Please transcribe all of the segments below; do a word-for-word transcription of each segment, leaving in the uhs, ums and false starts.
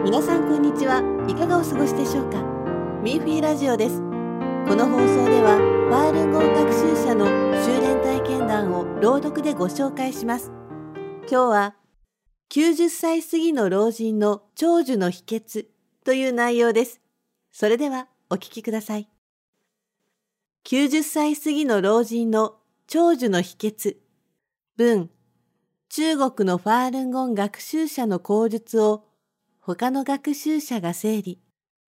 皆さんこんにちは。いかがお過ごしでしょうか。ミーフィーラジオです。この放送ではファールンゴン学習者の修練体験談を朗読でご紹介します。今日はきゅうじゅっさい過ぎの老人の長寿の秘訣という内容です。それではお聞きください。きゅうじゅっさい過ぎの老人の長寿の秘訣。文、中国のファールンゴン学習者の口述を他の学習者が整理。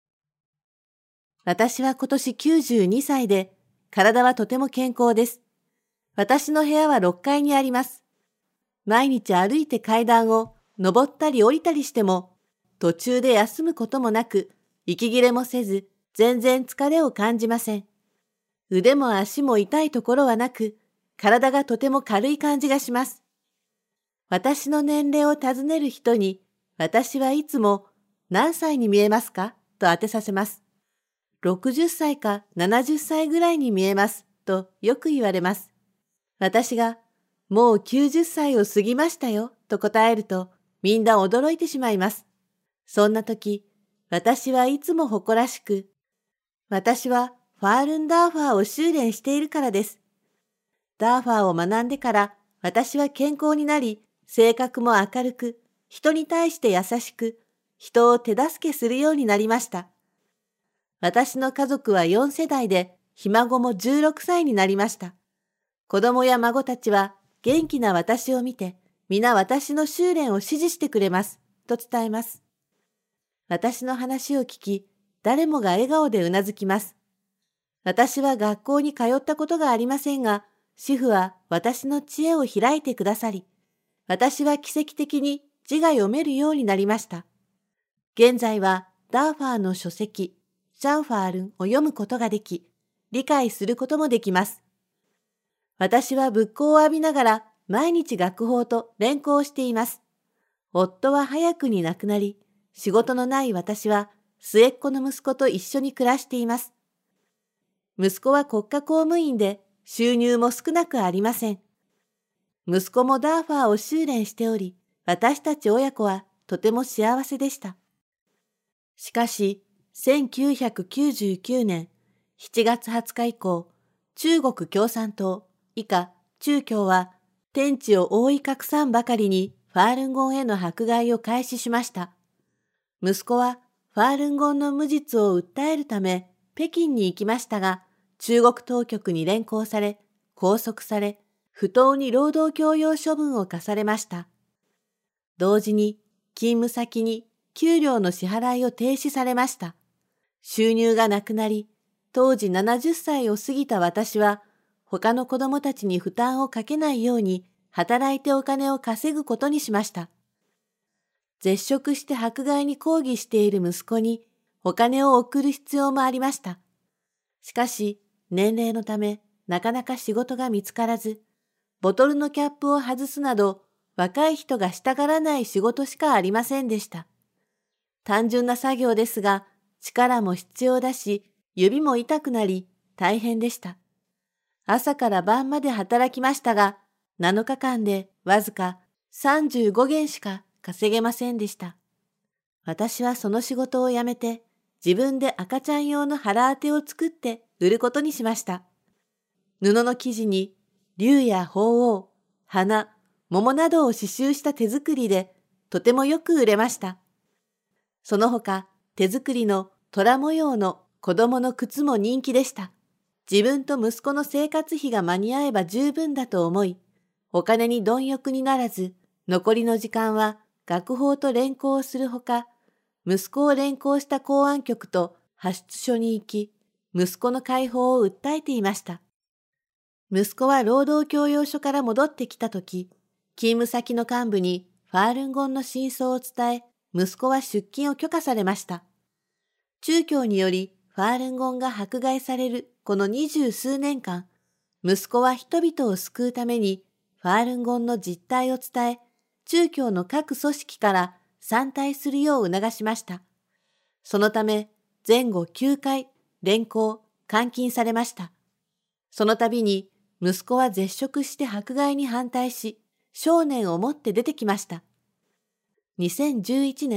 私は今年きゅうじゅうにさいで、体はとても健康です。私の部屋はろっかいにあります。毎日歩いて階段を登ったり降りたりしても、途中で休むこともなく、息切れもせず、全然疲れを感じません。腕も足も痛いところはなく、体がとても軽い感じがします。私の年齢を尋ねる人に、私はいつも何歳に見えますかと当てさせます。ろくじゅっさいかななじゅっさいぐらいに見えますとよく言われます。私がもうきゅうじゅっさいを過ぎましたよと答えるとみんな驚いてしまいます。そんな時、私はいつも誇らしく、私はファールンダーファーを修練しているからです。ダーファーを学んでから私は健康になり、性格も明るく、人に対して優しく、人を手助けするようになりました。私の家族はよんせだいで、ひ孫もじゅうろくさいになりました。子供や孫たちは元気な私を見て、皆私の修練を支持してくれます、と伝えます。私の話を聞き、誰もが笑顔でうなずきます。私は学校に通ったことがありませんが、主婦は私の知恵を開いてくださり、私は奇跡的に字が読めるようになりました。現在はダーファーの書籍、シャンファールンを読むことができ、理解することもできます。私は仏光を浴びながら毎日学法と連行しています。夫は早くに亡くなり、仕事のない私は末っ子の息子と一緒に暮らしています。息子は国家公務員で収入も少なくありません。息子もダーファーを修練しており、私たち親子はとても幸せでした。しかし、せんきゅうひゃくきゅうじゅうきゅうねんしちがつはつか以降、中国共産党、以下中共は天地を覆い隠さんばかりにファールンゴンへの迫害を開始しました。息子はファールンゴンの無実を訴えるため北京に行きましたが、中国当局に連行され、拘束され、不当に労働強要処分を課されました。同時に勤務先に給料の支払いを停止されました。収入がなくなり、当時ななじゅっさいを過ぎた私は、他の子供たちに負担をかけないように働いてお金を稼ぐことにしました。絶食して迫害に抗議している息子にお金を送る必要もありました。しかし、年齢のためなかなか仕事が見つからず、ボトルのキャップを外すなど、若い人がしたがらない仕事しかありませんでした。単純な作業ですが、力も必要だし、指も痛くなり、大変でした。朝から晩まで働きましたが、なのかかんでわずかさんじゅうごげんしか稼げませんでした。私はその仕事を辞めて、自分で赤ちゃん用の腹当てを作って売ることにしました。布の生地に、竜や鳳凰、花、桃などを刺繍した手作りで、とてもよく売れました。その他、手作りの虎模様の子供の靴も人気でした。自分と息子の生活費が間に合えば十分だと思い、お金に貪欲にならず、残りの時間は学法と連行をするほか、息子を連行した公安局と派出所に行き、息子の解放を訴えていました。息子は労働教養所から戻ってきたとき、勤務先の幹部にファールンゴンの真相を伝え、息子は出勤を許可されました。中共によりファールンゴンが迫害されるこの二十数年間、息子は人々を救うためにファールンゴンの実態を伝え、中共の各組織から参退するよう促しました。そのため、前後きゅうかい、連行、監禁されました。その度に、息子は絶食して迫害に反対し、少年を持って出てきました。にせんじゅういちねん、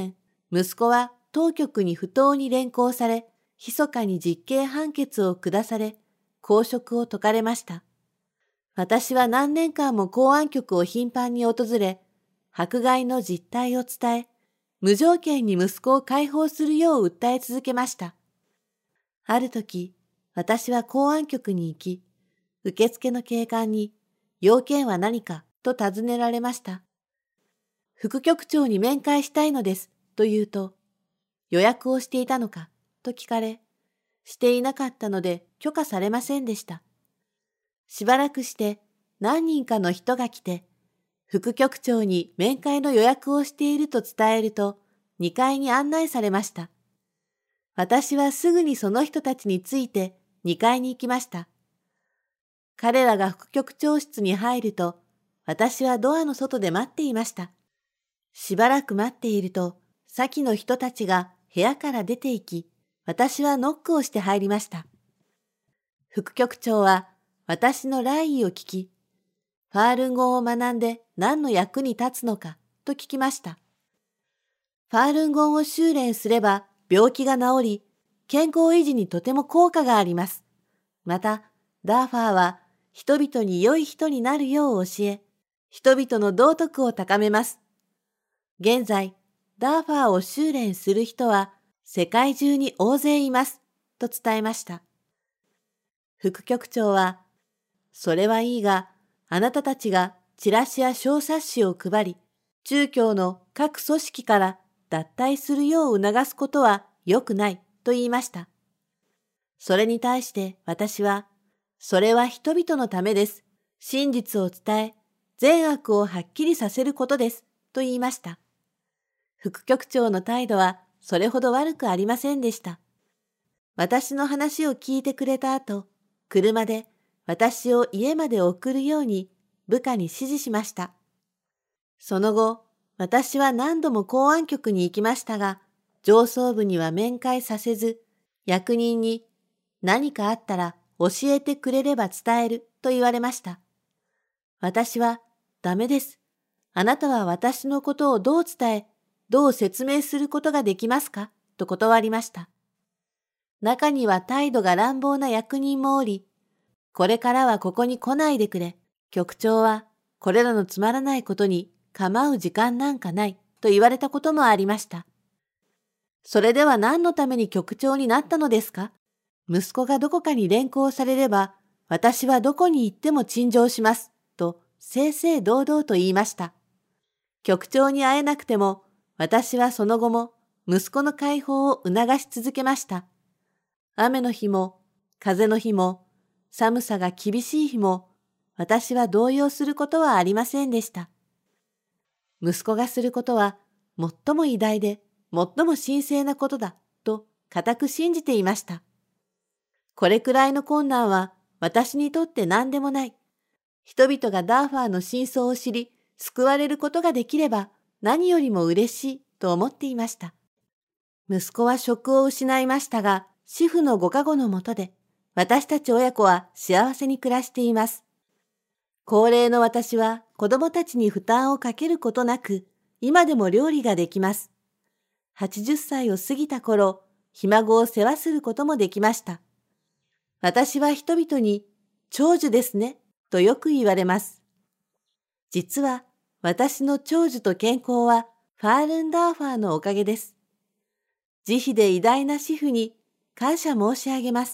息子は当局に不当に連行され、密かに実刑判決を下され、公職を解かれました。私は何年間も公安局を頻繁に訪れ、迫害の実態を伝え、無条件に息子を解放するよう訴え続けました。ある時、私は公安局に行き、受付の警官に、要件は何かと尋ねられました。副局長に面会したいのです、と言うと、予約をしていたのか、と聞かれ、していなかったので許可されませんでした。しばらくして何人かの人が来て、副局長に面会の予約をしていると伝えると、にかいに案内されました。私はすぐにその人たちについてにかいに行きました。彼らが副局長室に入ると、私はドアの外で待っていました。しばらく待っていると、先の人たちが部屋から出て行き、私はノックをして入りました。副局長は私の来意を聞き、ファールン語を学んで何の役に立つのかと聞きました。ファールン語を修練すれば病気が治り、健康維持にとても効果があります。また、ダーファーは人々に良い人になるよう教え、人々の道徳を高めます。現在、ダーファーを修練する人は世界中に大勢います、と伝えました。副局長は、それはいいが、あなたたちがチラシや小冊子を配り、中共の各組織から脱退するよう促すことは良くないと言いました。それに対して私は、それは人々のためです。真実を伝え、善悪をはっきりさせることです。と言いました。副局長の態度はそれほど悪くありませんでした。私の話を聞いてくれた後、車で私を家まで送るように部下に指示しました。その後、私は何度も公安局に行きましたが、上層部には面会させず、役人に何かあったら教えてくれれば伝えると言われました。私は、ダメです。あなたは私のことをどう伝え、どう説明することができますかと断りました。中には態度が乱暴な役人もおり、これからはここに来ないでくれ。局長はこれらのつまらないことに構う時間なんかないと言われたこともありました。それでは何のために局長になったのですか？息子がどこかに連行されれば、私はどこに行っても陳情します、と正々堂々と言いました。局長に会えなくても、私はその後も息子の解放を促し続けました。雨の日も、風の日も、寒さが厳しい日も、私は動揺することはありませんでした。息子がすることは、最も偉大で、最も神聖なことだ、と固く信じていました。これくらいの困難は、私にとって何でもない。人々がダーファーの真相を知り、救われることができれば、何よりも嬉しい、と思っていました。息子は職を失いましたが、主婦のご加護のもとで、私たち親子は幸せに暮らしています。高齢の私は子供たちに負担をかけることなく、今でも料理ができます。はちじゅっさいを過ぎた頃、ひ孫を世話することもできました。私は人々に、長寿ですね、とよく言われます。実は、私の長寿と健康は、ファールンダーファーのおかげです。慈悲で偉大な主婦に感謝申し上げます。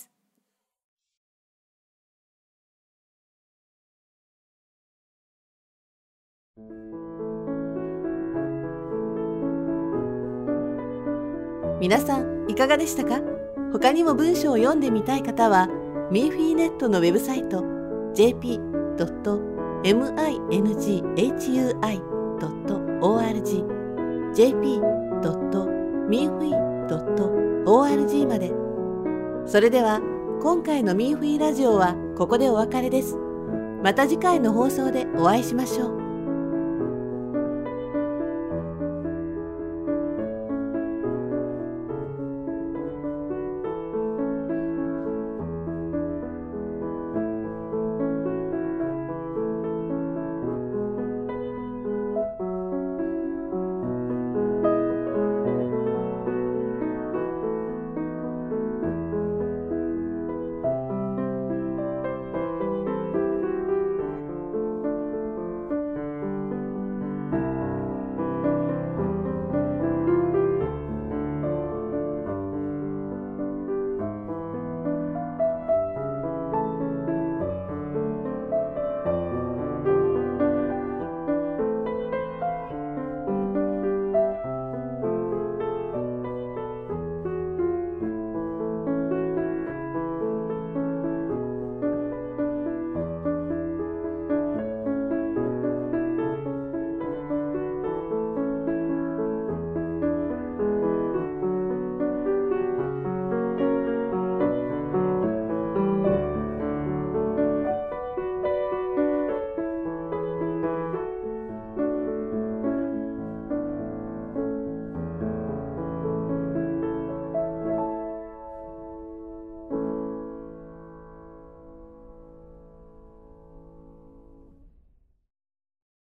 皆さんいかがでしたか？他にも文章を読んでみたい方は、ミーフィーネットのウェブサイト ジェーピードットミングフイドットオーアールジー ジェーピードットミンフイドットオーアールジー まで。それでは今回のミンフィラジオはここでお別れです。また次回の放送でお会いしましょう。